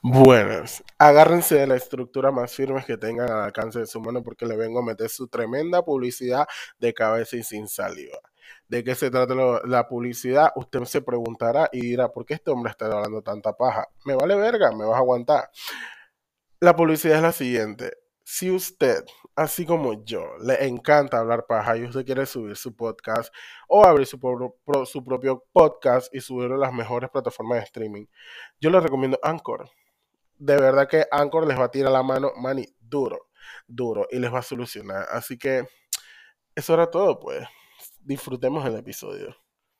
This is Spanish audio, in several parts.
Buenas, agárrense de la estructura más firme que tengan al alcance de su mano porque le vengo a meter su tremenda publicidad de cabeza y sin saliva. ¿De qué se trata la publicidad? Usted se preguntará y dirá, ¿por qué este hombre está hablando tanta paja? Me vale verga, me vas a aguantar. La publicidad es la siguiente. Si usted, así como yo, le encanta hablar paja y usted quiere subir su podcast o abrir su propio podcast y subirlo a las mejores plataformas de streaming, yo le recomiendo Anchor. De verdad que Anchor les va a tirar la mano, mani, duro, duro, y les va a solucionar. Así que eso era todo, pues. Disfrutemos el episodio.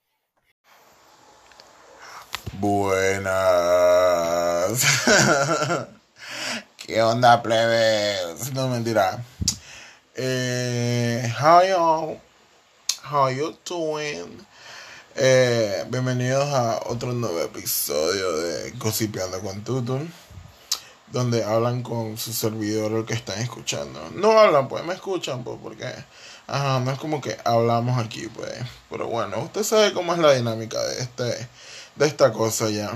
Buenas. ¿Qué onda, plebes? No, mentira. How y'all? How you doing? Bienvenidos a otro nuevo episodio de Gossipeando con Tutu, donde hablan con su servidor, el que están escuchando. No hablan, pues me escuchan, pues, porque no es como que hablamos aquí, pues. Pero bueno, usted sabe cómo es la dinámica de esta cosa ya.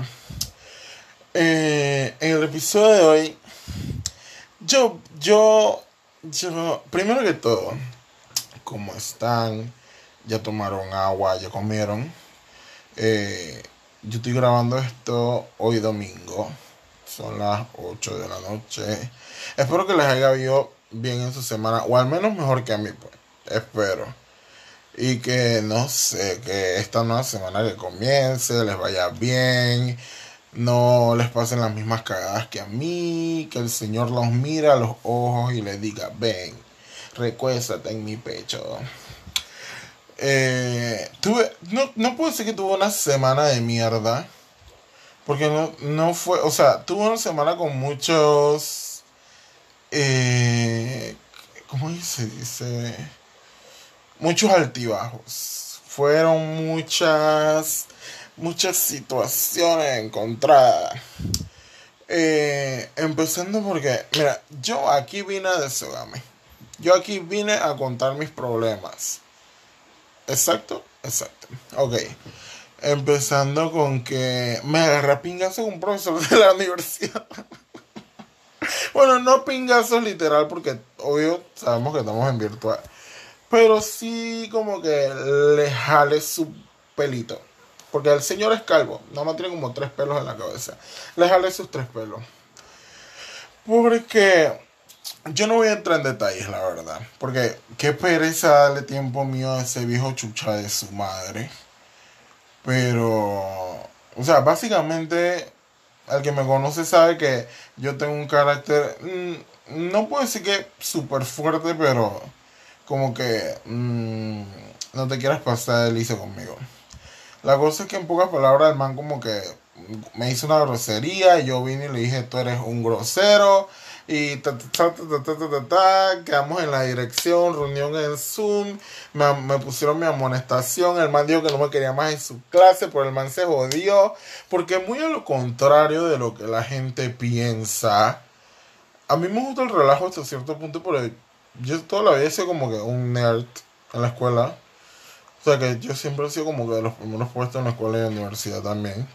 En el episodio de hoy, primero que todo, ¿cómo están? ¿Ya tomaron agua? ¿Ya comieron? Yo estoy grabando esto hoy domingo. Son las 8 de la noche. Espero que les haya ido bien en su semana, o al menos mejor que a mí, pues. Espero. Y que, no sé, que esta nueva semana que comience les vaya bien. No les pasen las mismas cagadas que a mí. Que el Señor los mire a los ojos y les diga: ven, recuéstate en mi pecho. No puedo decir que tuve una semana de mierda. Porque no fue. O sea, tuve una semana con muchos. ¿Cómo se dice? Muchos altibajos. Fueron muchas situaciones encontradas. Empezando porque, mira, yo aquí vine a desahogarme. Yo aquí vine a contar mis problemas. Exacto. Ok. Empezando con que me agarré a pingazo con un profesor de la universidad. Bueno, no pingazo literal porque obvio sabemos que estamos en virtual. Pero sí como que le jale su pelito. Porque el señor es calvo. Nada más tiene como 3 pelos en la cabeza. Le jale sus 3 pelos. Porque yo no voy a entrar en detalles, la verdad. Porque qué pereza darle tiempo mío a ese viejo chucha de su madre. Pero, o sea, básicamente, el que me conoce sabe que yo tengo un carácter, no puedo decir que súper fuerte, pero como que no te quieras pasar de liso conmigo. La cosa es que en pocas palabras el man como que me hizo una grosería y yo vine y le dije: tú eres un grosero. Y quedamos en la dirección, reunión en Zoom, me pusieron mi amonestación, el man dijo que no me quería más en su clase, pero el man se jodió, porque muy a lo contrario de lo que la gente piensa. A mí me gusta el relajo hasta cierto punto, pero yo toda la vida he sido como que un nerd en la escuela. O sea que yo siempre he sido como que de los primeros puestos en la escuela y en la universidad también.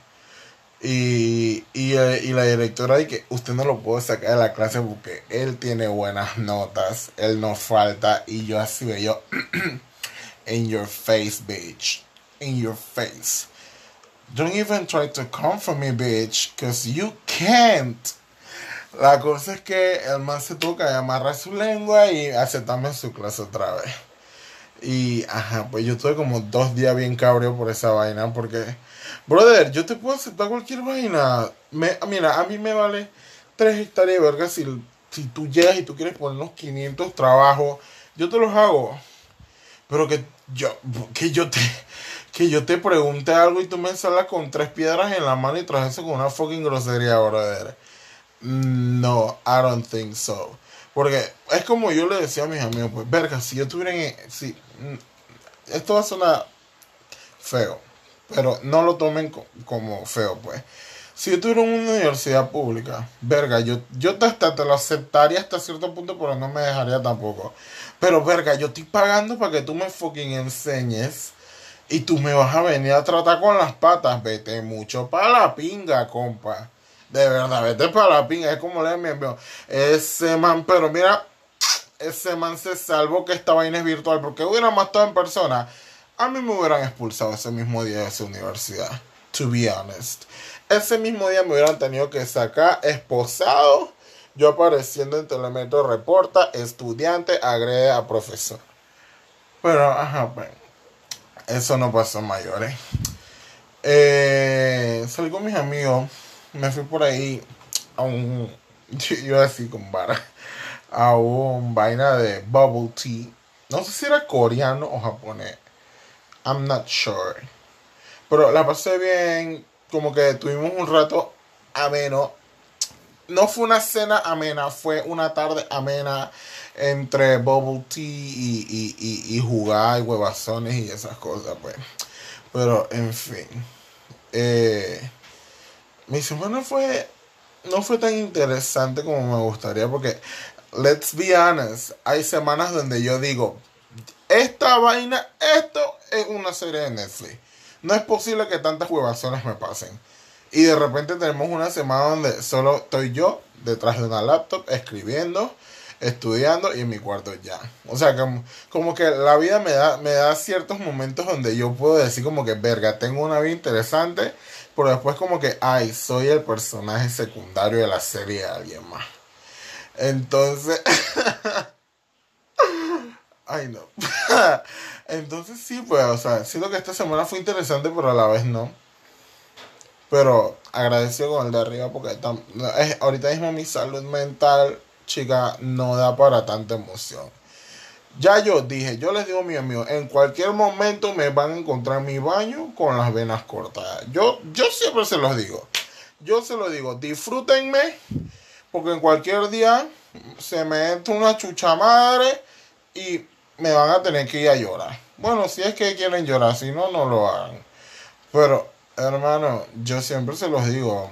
Y la directora dice que usted no lo puede sacar de la clase porque él tiene buenas notas, él no falta. Y yo así veo yo, in your face, bitch, in your face. Don't even try to come for me, bitch, because you can't. La cosa es que el man se toca y amarra su lengua y aceptarme en su clase otra vez. Y, pues yo estuve como 2 días bien cabrio por esa vaina. Porque, brother, yo te puedo aceptar cualquier vaina. Mira, a mí me vale 3 hectáreas de verga si tú llegas y tú quieres ponernos 500 trabajos. Yo te los hago. Pero que yo te, que yo te pregunte algo y tú me salas con 3 piedras en la mano y traes eso con una fucking grosería, brother. No, I don't think so. Porque es como yo le decía a mis amigos, pues, verga, si yo tuviera esto va a sonar feo, pero no lo tomen como feo, pues. Si yo tuviera una universidad pública, verga, yo hasta te lo aceptaría hasta cierto punto, pero no me dejaría tampoco. Pero, verga, yo estoy pagando para que tú me fucking enseñes y tú me vas a venir a tratar con las patas. Vete mucho para la pinga, compa. De verdad, vete para la pinga, es como le mi amigo. Ese man, pero mira, ese man se salvó que esta vaina es virtual, porque hubiera matado en persona. A mí me hubieran expulsado ese mismo día de esa universidad, to be honest. Ese mismo día me hubieran tenido que sacar esposado, yo apareciendo en Telemetro reporta, estudiante agrede a profesor. Pero, ajá, bueno, eso no pasó en mayores. Salí con mis amigos, me fui por ahí a un, yo así con vara, a un vaina de bubble tea. No sé si era coreano o japonés. I'm not sure. Pero la pasé bien, como que tuvimos un rato ameno. No fue una cena amena, fue una tarde amena entre bubble tea y jugar y huevazones y esas cosas, pues. Pero, en fin. Eh, Mi semana no fue tan interesante como me gustaría porque, let's be honest, hay semanas donde yo digo, esta vaina, esto es una serie de Netflix. No es posible que tantas huevaciones me pasen. Y de repente tenemos una semana donde solo estoy yo detrás de una laptop escribiendo, estudiando y en mi cuarto ya. O sea, como que la vida me da ciertos momentos donde yo puedo decir como que, verga, tengo una vida interesante, pero después como que, ay, soy el personaje secundario de la serie de alguien más. Entonces, ay no. Entonces sí, pues, o sea, siento que esta semana fue interesante, pero a la vez no. Pero agradecido con el de arriba porque ahorita mismo mi salud mental, chica, no da para tanta emoción. Ya yo dije, yo les digo a mis amigos, en cualquier momento me van a encontrar en mi baño con las venas cortadas. Yo siempre se los digo. Yo se los digo, disfrútenme, porque en cualquier día se me entra una chucha madre y me van a tener que ir a llorar. Bueno, si es que quieren llorar, si no, no lo hagan. Pero, hermano, yo siempre se los digo,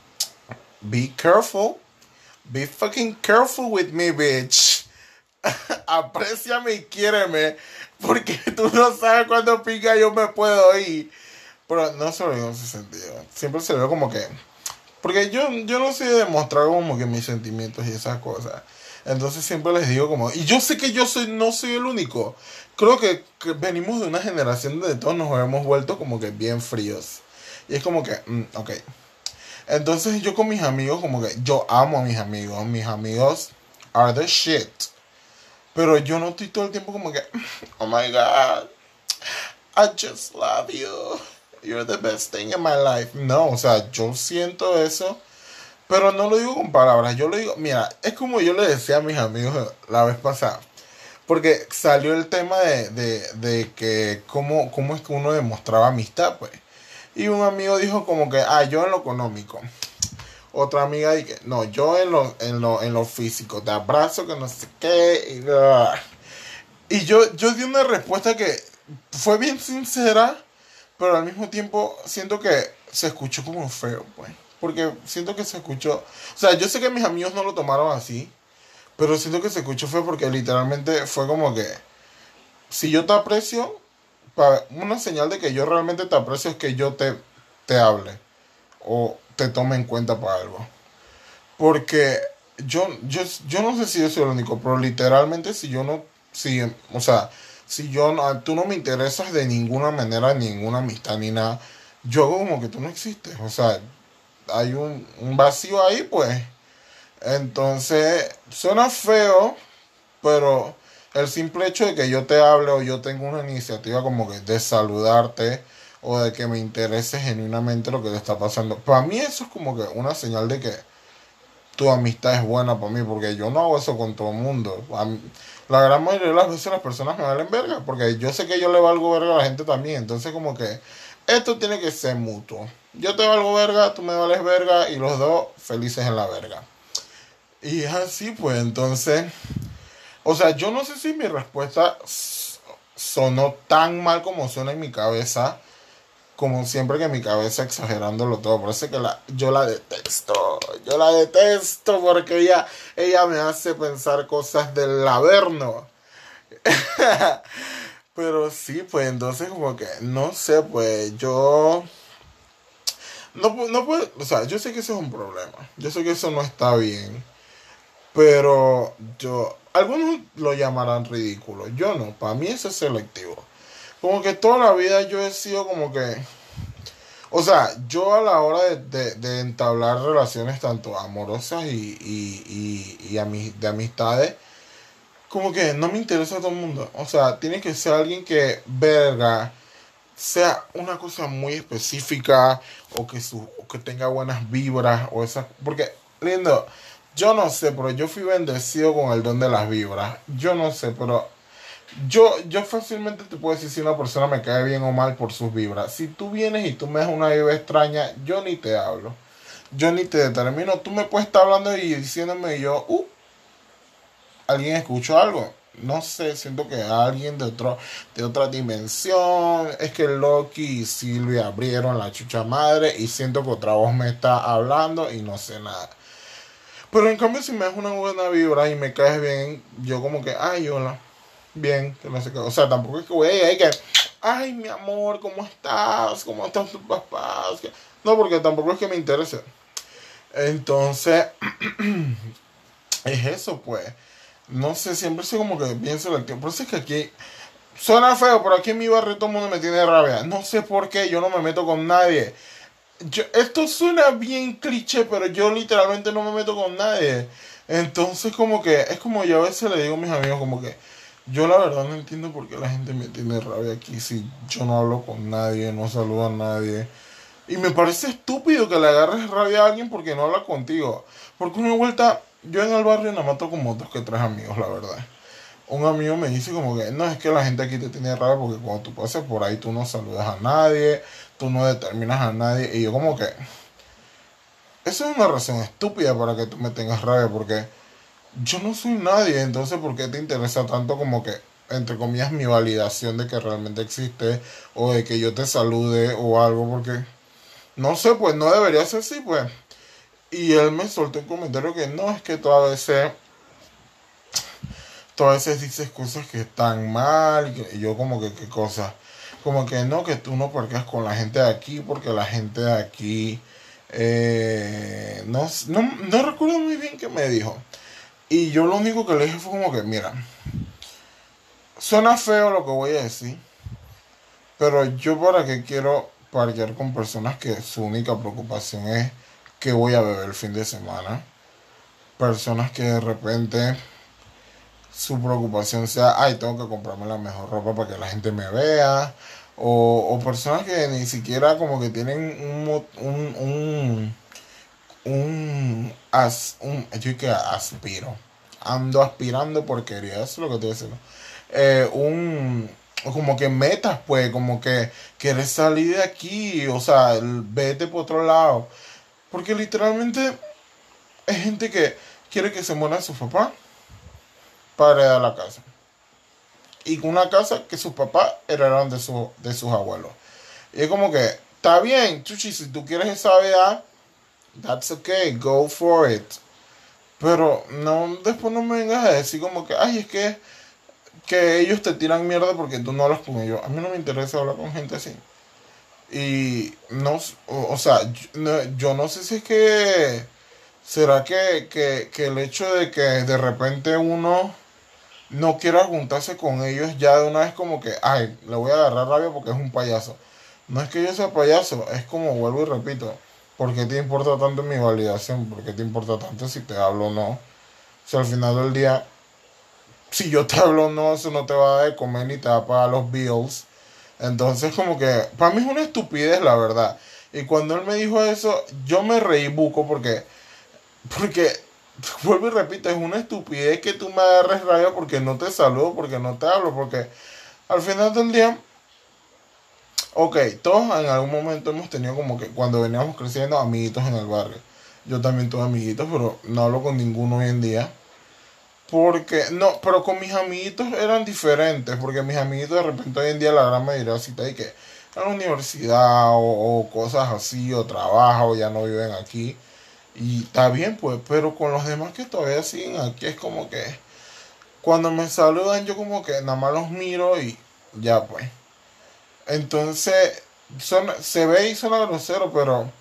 be careful, be fucking careful with me, bitch. Apréciame y quiéreme, porque tú no sabes cuándo pica yo me puedo ir. Pero no se lo digo en ese sentido. Siempre se lo digo como que, porque yo no sé demostrar como que mis sentimientos y esas cosas. Entonces siempre les digo como, y yo sé que no soy el único. Creo que venimos de una generación donde todos nos hemos vuelto como que bien fríos. Y es como que, ok. Entonces yo con mis amigos como que, yo amo a mis amigos. Mis amigos are the shit. Pero yo no estoy todo el tiempo como que, oh my god, I just love you. You're the best thing in my life. No, o sea, yo siento eso. Pero no lo digo con palabras, yo lo digo, mira, es como yo le decía a mis amigos la vez pasada. Porque salió el tema de que cómo es que uno demostraba amistad, pues. Y un amigo dijo como que, yo en lo económico. Otra amiga dice, no, yo en lo físico, te abrazo, que no sé qué. Y yo di una respuesta que fue bien sincera, pero al mismo tiempo siento que se escuchó como feo, pues. Porque siento que se escuchó. O sea, yo sé que mis amigos no lo tomaron así. Pero siento que se escuchó feo porque literalmente fue como que. Si yo te aprecio. Una señal de que yo realmente te aprecio es que yo te hable. O te tome en cuenta para algo. Porque yo no sé si yo soy el único. Pero literalmente si yo no. Si, o sea, si yo no, tú no me interesas de ninguna manera, ninguna amistad ni nada. Yo hago como que tú no existes. O sea, hay un vacío ahí, pues. Entonces, suena feo, pero el simple hecho de que yo te hable o yo tenga una iniciativa como que de saludarte o de que me interese genuinamente lo que te está pasando, para mí eso es como que una señal de que tu amistad es buena para mí, porque yo no hago eso con todo el mundo. La gran mayoría de las veces las personas me valen verga, porque yo sé que yo le valgo verga a la gente también, entonces como que esto tiene que ser mutuo. Yo te valgo verga, tú me vales verga y los dos felices en la verga. Y es así, pues entonces, o sea, yo no sé si mi respuesta sonó tan mal como suena en mi cabeza, como siempre que en mi cabeza exagerándolo todo. Por eso es que yo la detesto porque ella me hace pensar cosas del Averno. Pero sí, pues entonces como que, no sé, pues yo no puede, o sea, yo sé que eso es un problema, yo sé que eso no está bien, pero algunos lo llamarán ridículo, yo no, para mí eso es selectivo. Como que toda la vida yo he sido como que, o sea, yo a la hora de entablar relaciones tanto amorosas de amistades, como que no me interesa a todo el mundo. O sea, tiene que ser alguien que, verga, sea una cosa muy específica o que tenga buenas vibras o esas. Porque, lindo, yo no sé, pero yo fui bendecido con el don de las vibras. Yo no sé, pero yo fácilmente te puedo decir si una persona me cae bien o mal por sus vibras. Si tú vienes y tú me das una vibra extraña, yo ni te hablo. Yo ni te determino. Tú me puedes estar hablando y diciéndome y yo, alguien escuchó algo. No sé, siento que alguien de otra dimensión. Es que Loki y Silvia abrieron la chucha madre y siento que otra voz me está hablando y no sé nada. Pero en cambio si me das una buena vibra y me caes bien, yo como que, ay, hola, bien, que no sé qué. O sea, tampoco es que voy a ir que, ay, mi amor, ¿cómo estás? ¿Cómo están tus papás? No, porque tampoco es que me interese. Entonces, es eso, pues. No sé, siempre soy como que bien selectivo. Por eso es que aquí suena feo, pero aquí en mi barrio todo el mundo me tiene rabia. No sé por qué, yo no me meto con nadie. Esto suena bien cliché, pero yo literalmente no me meto con nadie. Entonces como que es como yo a veces le digo a mis amigos como que yo la verdad no entiendo por qué la gente me tiene rabia aquí si yo no hablo con nadie, no saludo a nadie. Y me parece estúpido que le agarres rabia a alguien porque no habla contigo. Porque una vuelta, yo en el barrio nada mato como dos que tres amigos, la verdad. Un amigo me dice como que no, es que la gente aquí te tiene rabia porque cuando tú pasas por ahí tú no saludas a nadie, tú no determinas a nadie. Y yo como que, eso es una razón estúpida para que tú me tengas rabia porque yo no soy nadie. Entonces, ¿por qué te interesa tanto como que, entre comillas, mi validación de que realmente existe o de que yo te salude o algo? Porque, no sé, pues no debería ser así, pues. Y él me soltó un comentario que no, es que tú a veces dices cosas que están mal, y yo como que, ¿qué cosas? Como que no, que tú no parqueas con la gente de aquí, porque la gente de aquí, no recuerdo muy bien qué me dijo. Y yo lo único que le dije fue como que, mira, suena feo lo que voy a decir, pero yo para qué quiero parquear con personas que su única preocupación es que voy a beber el fin de semana. Personas que de repente su preocupación sea, ay, tengo que comprarme la mejor ropa para que la gente me vea. O personas que ni siquiera como que tienen yo que aspiro. Ando aspirando porquería, eso es lo que estoy diciendo. Como que metas, pues, como que quieres salir de aquí, o sea, vete por otro lado. Porque literalmente hay gente que quiere que se muera su papá para heredar la casa. Y con una casa que sus papás heredaron de sus abuelos. Y es como que, está bien, chuchi, si tú quieres esa vida, that's okay, go for it. Pero no, después no me vengas a decir como que, ay, es que ellos te tiran mierda porque tú no hablas con ellos. A mí no me interesa hablar con gente así. Y no, o sea, yo no sé si es que, será que el hecho de que de repente uno no quiera juntarse con ellos ya de una vez como que, ay, le voy a agarrar rabia porque es un payaso. No es que yo sea payaso, es como vuelvo y repito, ¿por qué te importa tanto mi validación? ¿Por qué te importa tanto si te hablo o no? Si al final del día, si yo te hablo o no, eso no te va a dar de comer ni te va a pagar los bills. Entonces como que, para mí es una estupidez la verdad. Y cuando él me dijo eso, yo me reí buco porque vuelvo y repito, es una estupidez que tú me agarres rabia porque no te saludo, porque no te hablo, porque al final del día, ok, todos en algún momento hemos tenido como que cuando veníamos creciendo amiguitos en el barrio. Yo también tuve amiguitos, pero no hablo con ninguno hoy en día. Porque, no, pero con mis amiguitos eran diferentes, porque mis amiguitos de repente hoy en día la gran mayoría cita y que en la universidad o cosas así, o trabajo, ya no viven aquí. Y está bien, pues, pero con los demás que todavía siguen aquí es como que cuando me saludan yo como que nada más los miro y ya pues. Entonces, se ve y suena grosero, pero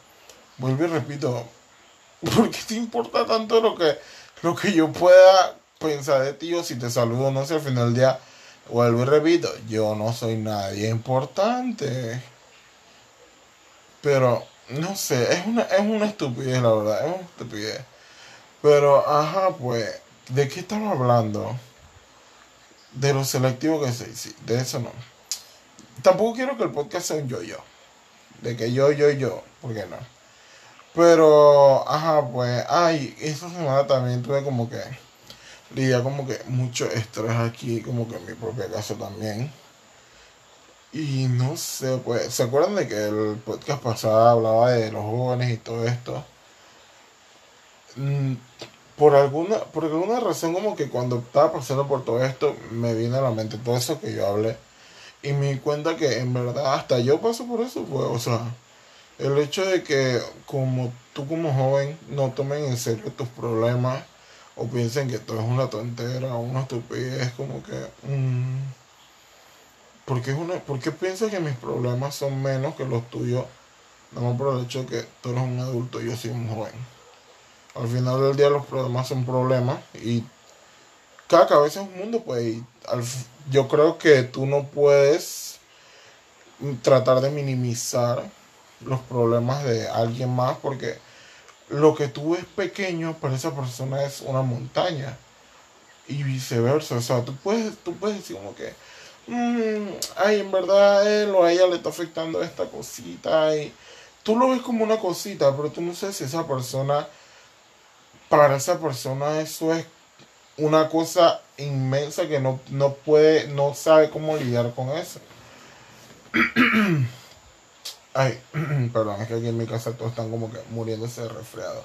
vuelvo y repito, ¿por qué te importa tanto lo que yo pueda pensar de ti o si te saludo? No sé, al final del día, vuelvo y repito, yo no soy nadie importante. Pero, no sé, es una estupidez, la verdad, es una estupidez. Pero, ajá, pues, ¿de qué estamos hablando? De lo selectivo que soy, sí, de eso no. Tampoco quiero que el podcast sea un yo-yo. De que yo, ¿por qué no? Pero, ajá, pues, ay, esta semana también tuve como que lidiar como que mucho estrés aquí, como que en mi propia casa también. Y no sé, pues, ¿se acuerdan de que el podcast pasado hablaba de los jóvenes y todo esto? Mm, por alguna razón como que cuando estaba pasando por todo esto me vino a la mente todo eso que yo hablé y me di cuenta que en verdad hasta yo paso por eso, pues, o sea, el hecho de que como tú como joven no tomen en serio tus problemas o piensen que todo es una tontera o una estupidez, como que ¿por qué piensas que mis problemas son menos que los tuyos? No por el hecho de que tú eres un adulto y yo soy un joven. Al final del día los problemas son problemas y cada cabeza es un mundo, pues. Yo creo que tú no puedes tratar de minimizar los problemas de alguien más porque lo que tú ves pequeño para esa persona es una montaña y viceversa. O sea, tú puedes decir como que, ay, en verdad él o a ella le está afectando esta cosita y tú lo ves como una cosita, pero tú no sabes si esa persona, para esa persona eso es una cosa inmensa que no puede, no sabe cómo lidiar con eso. Ay, perdón, es que aquí en mi casa todos están como que muriéndose de resfriado.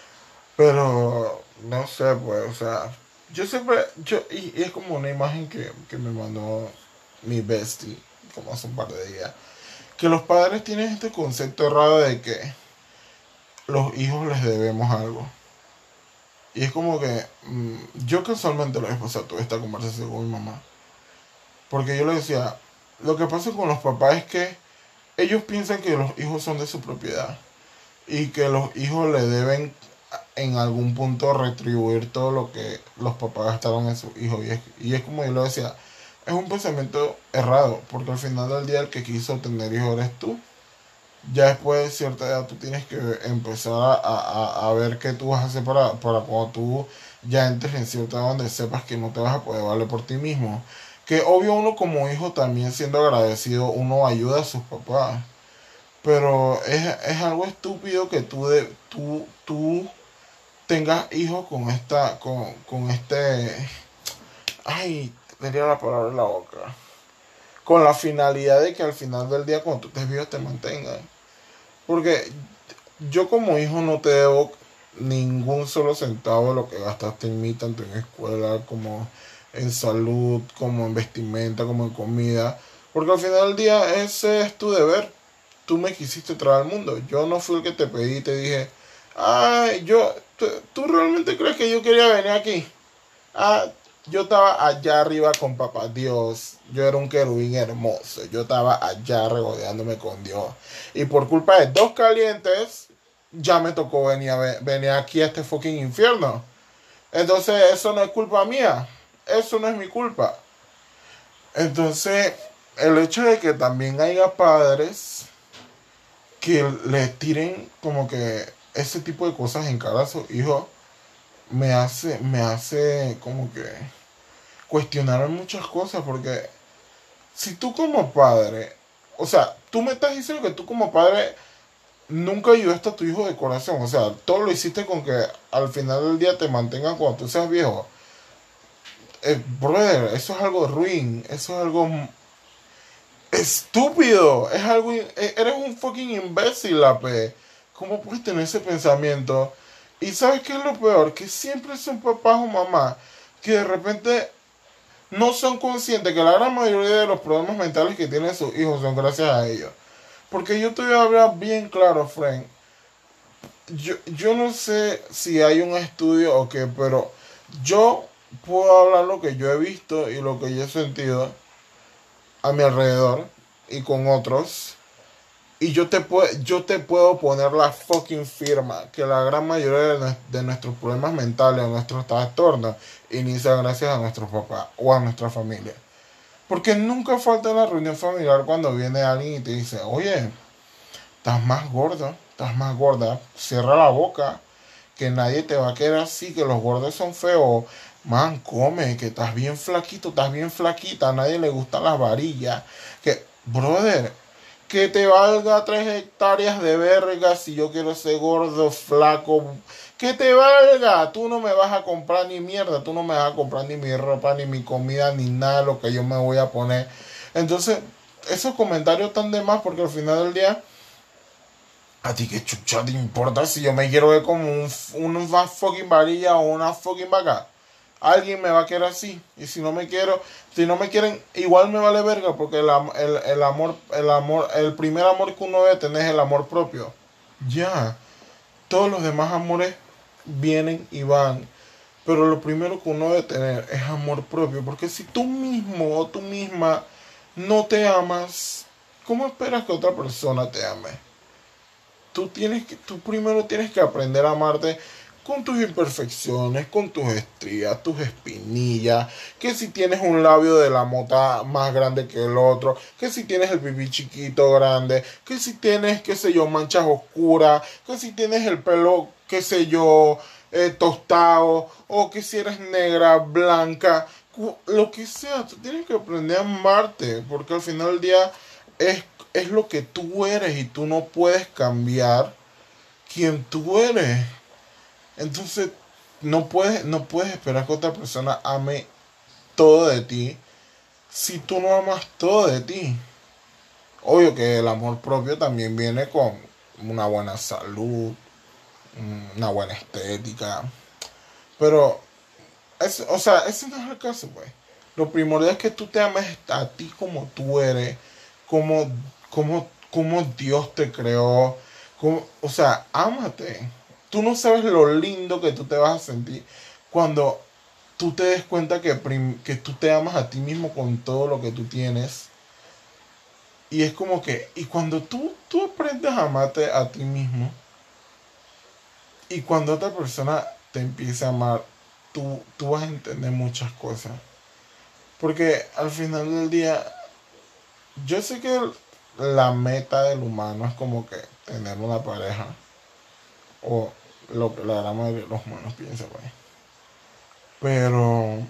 Pero, no sé, pues, o sea, yo siempre, y es como una imagen que me mandó mi bestie, como hace un par de días, que los padres tienen este concepto errado de que los hijos les debemos algo. Y es como que yo casualmente la vez pasada tuve esta conversación con mi mamá. Porque yo le decía, lo que pasa con los papás es que ellos piensan que los hijos son de su propiedad y que los hijos le deben en algún punto retribuir todo lo que los papás gastaron en sus hijos. Y es como yo lo decía, es un pensamiento errado, porque al final del día el que quiso tener hijos eres tú. Ya después de cierta edad tú tienes que empezar a ver qué tú vas a hacer para cuando tú ya entres en cierta edad donde sepas que no te vas a poder valer por ti mismo. Que obvio uno como hijo también siendo agradecido, uno ayuda a sus papás. Pero es algo estúpido que tú tengas hijos con con este, ay, tenía la palabra en la boca. Con la finalidad de que al final del día cuando tú estés viejo te mantengan. Porque yo como hijo no te debo ningún solo centavo de lo que gastaste en mí, tanto en escuela como en salud, como en vestimenta, como en comida. Porque al final del día ese es tu deber. Tú me quisiste traer al mundo. Yo no fui el que te pedí y te dije, ay, ¿tú realmente crees que yo quería venir aquí? Ah, yo estaba allá arriba con papá Dios. Yo era un querubín hermoso. Yo estaba allá regodeándome con Dios. Y por culpa de dos calientes, ya me tocó venir aquí a este fucking infierno. Entonces, eso no es culpa mía. Eso no es mi culpa. Entonces, el hecho de que también haya padres que le tiren como que ese tipo de cosas en cara a sus hijos me hace como que cuestionar muchas cosas porque si tú como padre, o sea, tú me estás diciendo que tú como padre nunca ayudaste a tu hijo de corazón, o sea, todo lo hiciste con que al final del día te mantengan cuando tú seas viejo. Brother, eso es algo ruin, eso es algo estúpido, es algo, eres un fucking imbécil, Ape. ¿Cómo puedes tener ese pensamiento? Y ¿sabes qué es lo peor? Que siempre son papás o mamás que de repente no son conscientes que la gran mayoría de los problemas mentales que tienen sus hijos son gracias a ellos. Porque yo te voy a hablar bien claro, Frank. Yo no sé si hay un estudio o qué, pero yo puedo hablar lo que yo he visto y lo que yo he sentido a mi alrededor y con otros. Y yo te puedo poner la fucking firma que la gran mayoría de nuestros problemas mentales o nuestros trastornos inician gracias a nuestros papás o a nuestra familia. Porque nunca falta la reunión familiar cuando viene alguien y te dice, oye, estás más gordo, estás más gorda, cierra la boca, que nadie te va a querer así, que los gordos son feos. Man, come, que estás bien flaquito, estás bien flaquita, a nadie le gustan las varillas. Que, brother, que te valga 3 hectáreas de verga si yo quiero ser gordo, flaco. Que te valga, tú no me vas a comprar ni mierda, tú no me vas a comprar ni mi ropa, ni mi comida, ni nada de lo que yo me voy a poner. Entonces, esos comentarios están de más porque al final del día a ti qué chucha te importa si yo me quiero ver como una fucking varilla o una fucking vaca. Alguien me va a querer así. Y si no me quiero, si no me quieren, igual me vale verga. Porque el primer amor que uno debe tener es el amor propio. Ya. Todos los demás amores vienen y van. Pero lo primero que uno debe tener es amor propio. Porque si tú mismo o tú misma no te amas, ¿cómo esperas que otra persona te ame? Tú primero tienes que aprender a amarte con tus imperfecciones, con tus estrías, tus espinillas, que si tienes un labio de la mota más grande que el otro, que si tienes el pipí chiquito grande, que si tienes, qué sé yo, manchas oscuras, que si tienes el pelo, qué sé yo, tostado, o que si eres negra, blanca, lo que sea, tú tienes que aprender a amarte, porque al final del día es es lo que tú eres y tú no puedes cambiar quién tú eres. Entonces, no puedes esperar que otra persona ame todo de ti si tú no amas todo de ti. Obvio que el amor propio también viene con una buena salud, una buena estética, pero, o sea, ese no es el caso, pues. Lo primordial es que tú te ames a ti como tú eres, como, como Dios te creó. O sea, ámate. Tú no sabes lo lindo que tú te vas a sentir cuando tú te des cuenta que tú te amas a ti mismo con todo lo que tú tienes. Y es como que, y cuando tú aprendes a amarte a ti mismo, y cuando otra persona te empiece a amar, tú vas a entender muchas cosas. Porque al final del día, yo sé que la meta del humano es como que tener una pareja. O lo que la gran mayoría de los humanos piensan, pues. Pero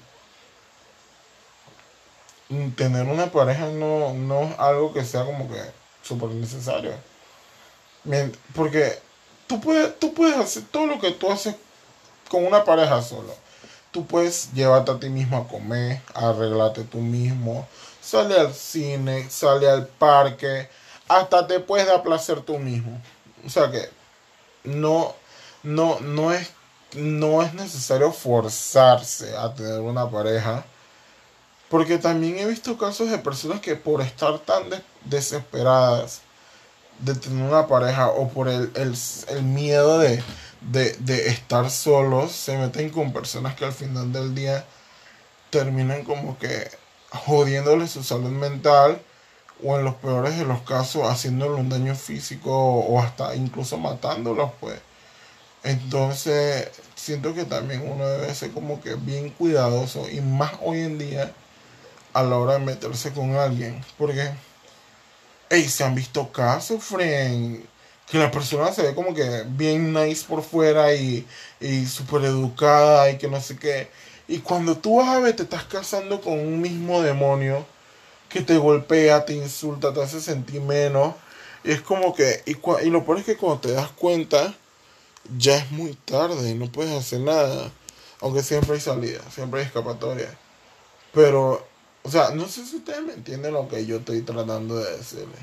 tener una pareja no es algo que sea como que súper necesario. Porque tú puedes hacer todo lo que tú haces con una pareja solo. Tú puedes llevarte a ti mismo a comer, a arreglarte tú mismo, sale al cine, sale al parque, hasta te puedes dar placer tú mismo. O sea que no, no es, no es necesario forzarse a tener una pareja. Porque también he visto casos de personas que por estar tan desesperadas de tener una pareja o por el miedo de estar solos, se meten con personas que al final del día terminan como que jodiéndole su salud mental o en los peores de los casos haciéndole un daño físico o hasta incluso matándolos, pues. Entonces siento que también uno debe ser como que bien cuidadoso y más hoy en día a la hora de meterse con alguien, porque hey, se han visto casos, friend, que la persona se ve como que bien nice por fuera y súper educada y que no sé qué. Y cuando tú vas a ver, te estás casando con un mismo demonio que te golpea, te insulta, te hace sentir menos. Y es como que, y lo peor es que cuando te das cuenta, ya es muy tarde y no puedes hacer nada. Aunque siempre hay salida, siempre hay escapatoria. Pero, o sea, no sé si ustedes me entienden lo que yo estoy tratando de decirles.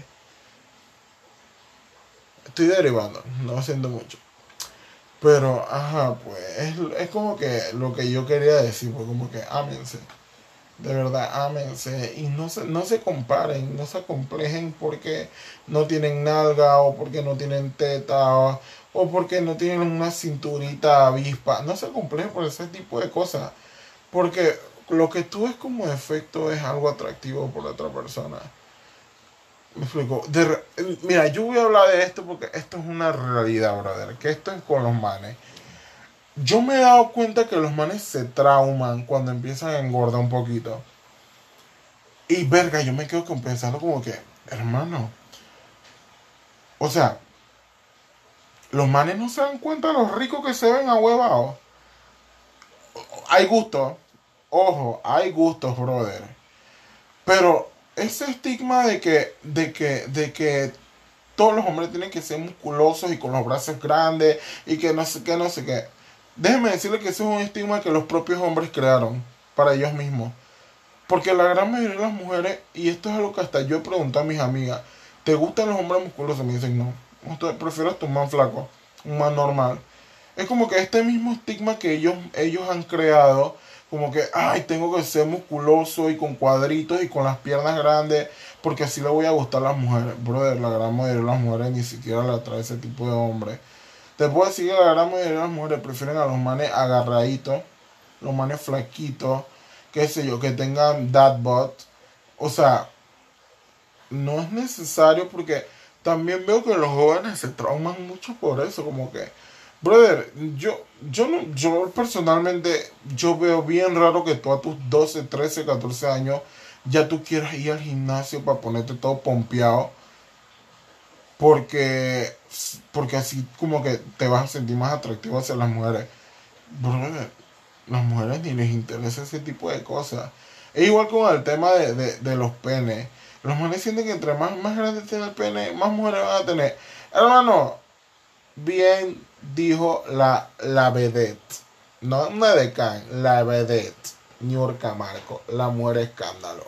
Estoy derivando, no haciendo mucho. Pero, ajá, pues es como que lo que yo quería decir, pues como que ámense. De verdad, ámense. Y no se comparen, no se acomplejen porque no tienen nalga o porque no tienen teta o porque no tienen una cinturita avispa. No se acomplejen por ese tipo de cosas. Porque lo que tú ves como defecto es algo atractivo por otra persona. Me explico. Mira, yo voy a hablar de esto porque esto es una realidad, brother. Que esto es con los manes. Yo me he dado cuenta que los manes se trauman cuando empiezan a engordar un poquito. Y verga, yo me quedo pensando como que, hermano, o sea, los manes no se dan cuenta de lo ricos que se ven ahuevados. Hay gustos, ojo, hay gustos, brother. Pero ese estigma de que todos los hombres tienen que ser musculosos y con los brazos grandes y que no sé qué, no sé qué. Déjenme decirle que ese es un estigma que los propios hombres crearon para ellos mismos. Porque la gran mayoría de las mujeres, y esto es algo que hasta yo he preguntado a mis amigas, ¿te gustan los hombres musculosos? Me dicen no. Prefiero hasta un man flaco, un man normal. Es como que este mismo estigma que ellos han creado, como que, ay, tengo que ser musculoso y con cuadritos y con las piernas grandes, porque así le voy a gustar a las mujeres. Brother, la gran mayoría de las mujeres ni siquiera le atrae ese tipo de hombres. Te puedo decir que la gran mayoría de las mujeres prefieren a los manes agarraditos, los manes flaquitos, qué sé yo, que tengan that butt. O sea, no es necesario porque también veo que los jóvenes se trauman mucho por eso, como que, brother, yo personalmente, yo veo bien raro que tú a tus 12 13 14 años ya tú quieras ir al gimnasio para ponerte todo pompeado porque, porque así como que te vas a sentir más atractivo hacia las mujeres. Brother, las mujeres ni les interesa ese tipo de cosas. Es igual con el tema de los penes. Los manes sienten que entre más grande tiene el pene, más mujeres van a tener. Hermano, bien dijo la vedette. No una decán, la vedette. Niurka Marco, la mujer escándalo.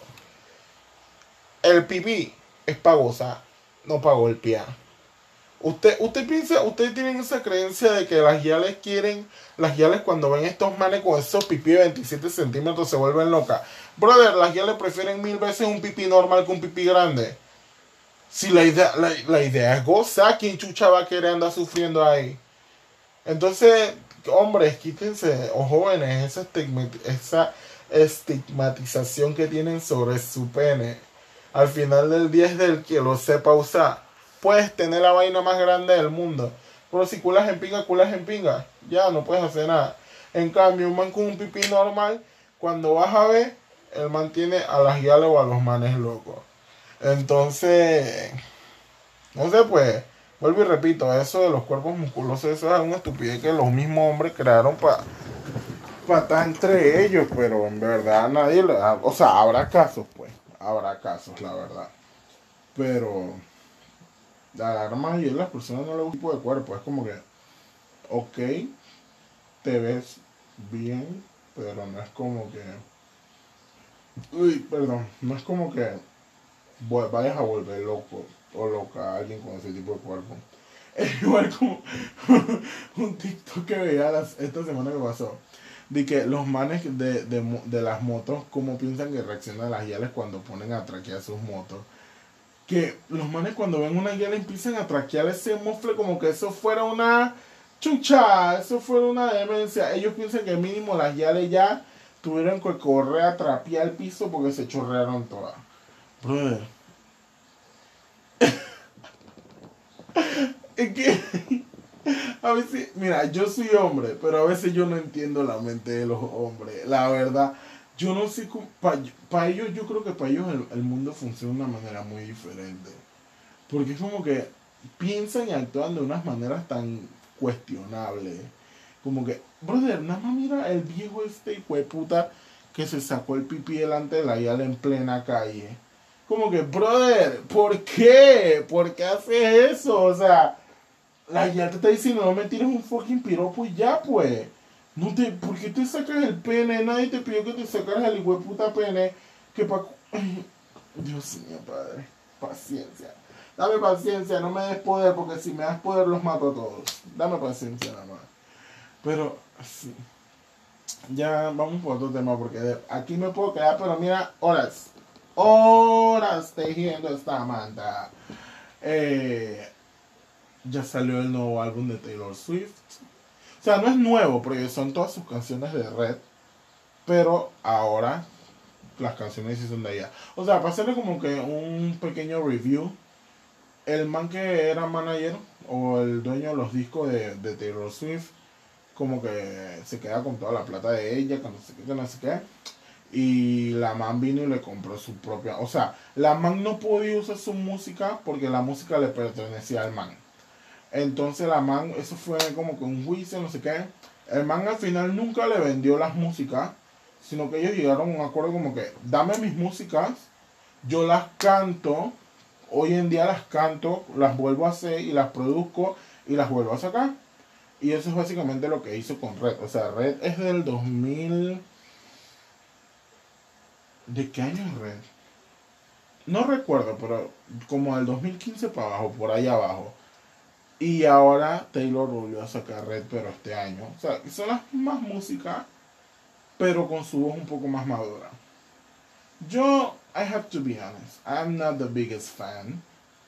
El pipí es para gozar, no para golpear. Usted piensa, ustedes tienen esa creencia de que las yales cuando ven estos manes con esos pipí de 27 centímetros se vuelven locas. Brother, las yales prefieren mil veces un pipí normal que un pipí grande. Si la idea es gozar, ¿quién chucha va a querer andar sufriendo ahí? Entonces, hombres, quítense, o jóvenes, esa estigmatización que tienen sobre su pene. Al final del día es del que lo sepa usar. Puedes tener la vaina más grande del mundo, pero si culas en pinga, ya no puedes hacer nada. En cambio, un man con un pipí normal, cuando vas a ver, el man tiene a las guiales o a los manes locos. Entonces, no sé, pues, vuelvo y repito, eso de los cuerpos musculosos, eso es una estupidez que los mismos hombres crearon para estar entre ellos, pero en verdad nadie, o sea, habrá casos, pues, habrá casos, la verdad. Pero la gran mayoría de las personas no les gusta un tipo de cuerpo, es como que, ok, te ves bien, pero no es como que, uy, perdón, no es como que vayas a volver loco o loca a alguien con ese tipo de cuerpo. Es igual como un TikTok que veía esta semana que pasó. De que los manes de las motos, como piensan que reaccionan las guiales cuando ponen a traquear sus motos. Que los manes cuando ven una guiala empiezan a traquear ese mofle como que eso fuera una chucha, eso fuera una demencia. Ellos piensan que mínimo las guiales ya tuvieron que correr a trapear el piso porque se chorrearon todas. Brother, es que a veces, mira, yo soy hombre, pero a veces yo no entiendo la mente de los hombres. La verdad, yo no sé cómo. Para ellos, yo creo que para ellos el mundo funciona de una manera muy diferente. Porque es como que piensan y actúan de unas maneras tan cuestionables. Como que, brother, nada más mira el viejo este hijo de puta que se sacó el pipí delante de la yala en plena calle. Como que, brother, ¿por qué? ¿Por qué haces eso? O sea, la guía te está diciendo, no me tires un fucking piropo y ya, pues. ¿Por qué te sacas el pene? Nadie te pidió que te sacaras el hijo de puta pene. Que pa... Dios mío, padre. Paciencia. Dame paciencia, no me des poder, porque si me das poder los mato a todos. Dame paciencia nada más. Pero, sí. Ya vamos por otro tema, porque aquí me puedo quedar, pero mira, horas. Horas tejiendo esta manta. Ya salió el nuevo álbum de Taylor Swift. O sea, no es nuevo, porque son todas sus canciones de Red. Pero ahora las canciones sí son de ella. O sea, para hacerle como que un pequeño review, el man que era manager o el dueño de los discos de Taylor Swift, como que se queda con toda la plata de ella, que no sé qué, que no sé qué. Y la man vino y le compró su propia. O sea, la man no podía usar su música porque la música le pertenecía al man. Entonces la man, eso fue como que un juicio, no sé qué. El man al final nunca le vendió las músicas, sino que ellos llegaron a un acuerdo como que, dame mis músicas, yo las canto, hoy en día las canto, las vuelvo a hacer y las produzco y las vuelvo a sacar. Y eso es básicamente lo que hizo con Red. O sea, Red es del 2000. ¿De qué año es Red? No recuerdo, pero como del 2015 para abajo, por ahí abajo. Y ahora Taylor volvió a sacar Red, pero este año. O sea, son las mismas músicas, pero con su voz un poco más madura. Yo, I have to be honest, I'm not the biggest fan.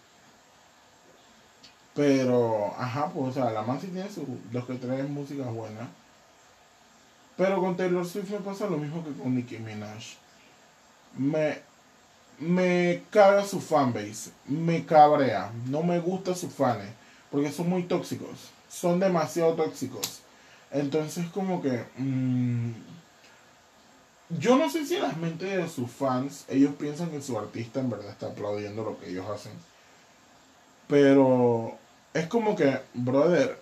Pero, ajá, pues, o sea, la man sí tiene los que traen músicas buenas. Pero con Taylor Swift me pasa lo mismo que con Nicki Minaj. Me, me caga su fanbase, me cabrea, no me gusta sus fans, porque son muy tóxicos, son demasiado tóxicos. Entonces como que yo no sé si en las mentes de sus fans ellos piensan que su artista en verdad está aplaudiendo lo que ellos hacen, pero es como que, brother,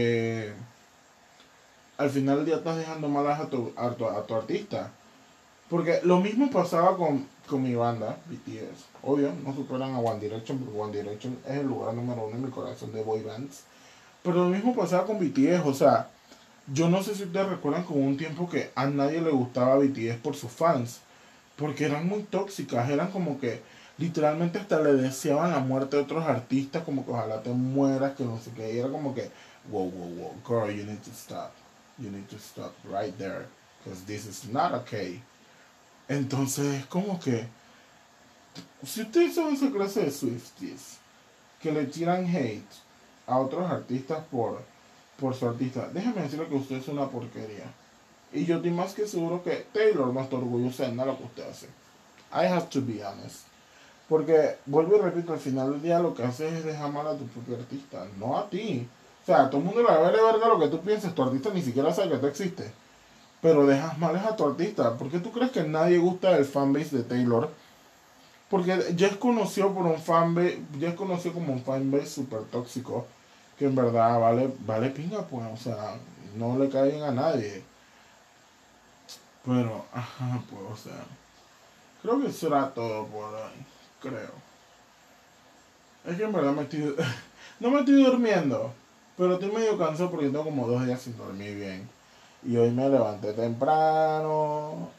al final del día estás dejando malas a tu artista. Porque lo mismo pasaba con mi banda, BTS. Obvio, no superan a One Direction, porque One Direction es el lugar número uno en mi corazón de boy bands. Pero lo mismo pasaba con BTS, o sea, yo no sé si ustedes recuerdan con un tiempo que a nadie le gustaba BTS por sus fans. Porque eran muy tóxicas, eran como que literalmente hasta le deseaban la muerte a otros artistas, como que ojalá te mueras, que no sé qué. Y era como que, wow, wow, wow, girl, you need to stop. You need to stop right there. Because this is not okay. Entonces, como que, si ustedes son esa clase de Swifties que le tiran hate a otros artistas por su artista, déjenme decirle que usted es una porquería. Y yo estoy más que seguro que Taylor no está orgullosa de nada lo que usted hace. I have to be honest. Porque, vuelvo y repito, al final del día lo que haces es dejar mal a tu propio artista, no a ti. O sea, a todo el mundo le vale verga lo que tú pienses, tu artista ni siquiera sabe que tú existes. Pero dejas mal a tu artista. ¿Por qué tú crees que nadie gusta del fanbase de Taylor? Porque ya es conocido por un fanbase, ya es conocido como un fanbase super tóxico, que en verdad vale pinga, pues, o sea, no le cae bien a nadie. Pero, ajá, pues, o sea, creo que eso era todo por hoy, creo. Es que en verdad no me estoy durmiendo, pero estoy medio cansado porque tengo como 2 días sin dormir bien. Y hoy me levanté temprano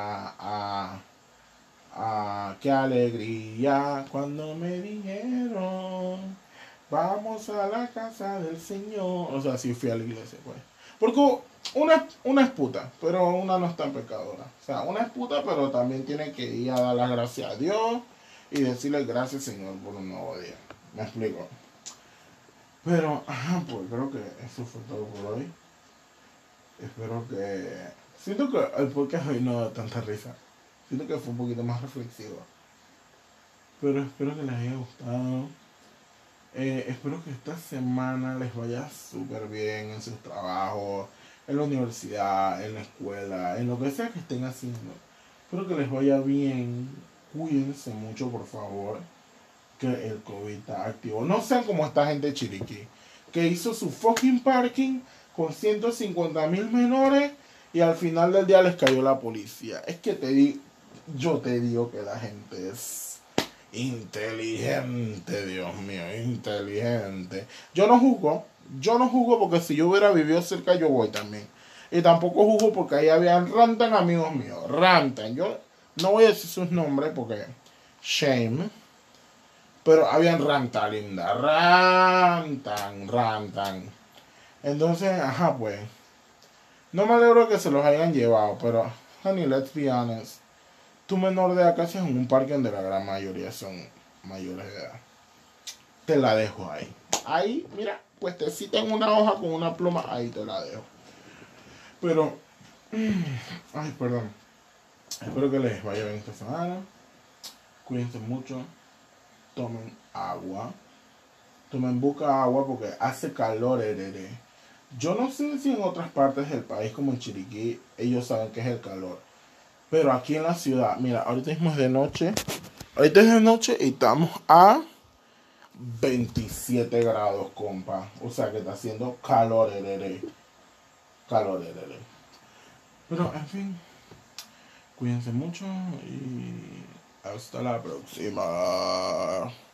qué alegría cuando me dijeron vamos a la casa del Señor. O sea, sí fui a la iglesia, pues. Porque una es puta, pero una no es tan pecadora. O sea, una es puta, pero también tiene que ir a dar las gracias a Dios y decirle gracias, Señor, por un nuevo día. ¿Me explico? Pero, ajá, pues creo que eso fue todo por hoy. Espero que... Siento que el podcast hoy no da tanta risa. Siento que fue un poquito más reflexivo. Pero espero que les haya gustado. Espero que esta semana les vaya súper bien en sus trabajos, en la universidad, en la escuela, en lo que sea que estén haciendo. Espero que les vaya bien. Cuídense mucho, por favor. Que el COVID está activo. No sean como esta gente de Chiriquí, que hizo su fucking parking con 150,000 menores y al final del día les cayó la policía. Es que yo te digo que la gente es inteligente, Dios mío, inteligente. Yo no juzgo porque si yo hubiera vivido cerca yo voy también. Y tampoco juzgo porque ahí habían rantan amigos míos, rantan. Yo no voy a decir sus nombres porque shame. Pero habían rantan, linda, rantan. Entonces, ajá, pues. No me alegro que se los hayan llevado, pero, honey, let's be honest. Tu menor de edad casi es en un parque donde la gran mayoría son mayores de edad. Te la dejo ahí. Ahí, mira, pues te citan una hoja con una pluma, ahí te la dejo. Pero, ay, perdón. Espero que les vaya bien esta semana. Cuídense mucho. Tomen agua. Tomen buca agua porque hace calor, herere. Yo no sé si en otras partes del país, como en Chiriquí, ellos saben qué es el calor. Pero aquí en la ciudad, mira, ahorita mismo es de noche. Ahorita es de noche y estamos a 27 grados, compa. O sea que está haciendo calor, herere. Calor, herere. Pero, en fin, cuídense mucho y hasta la próxima.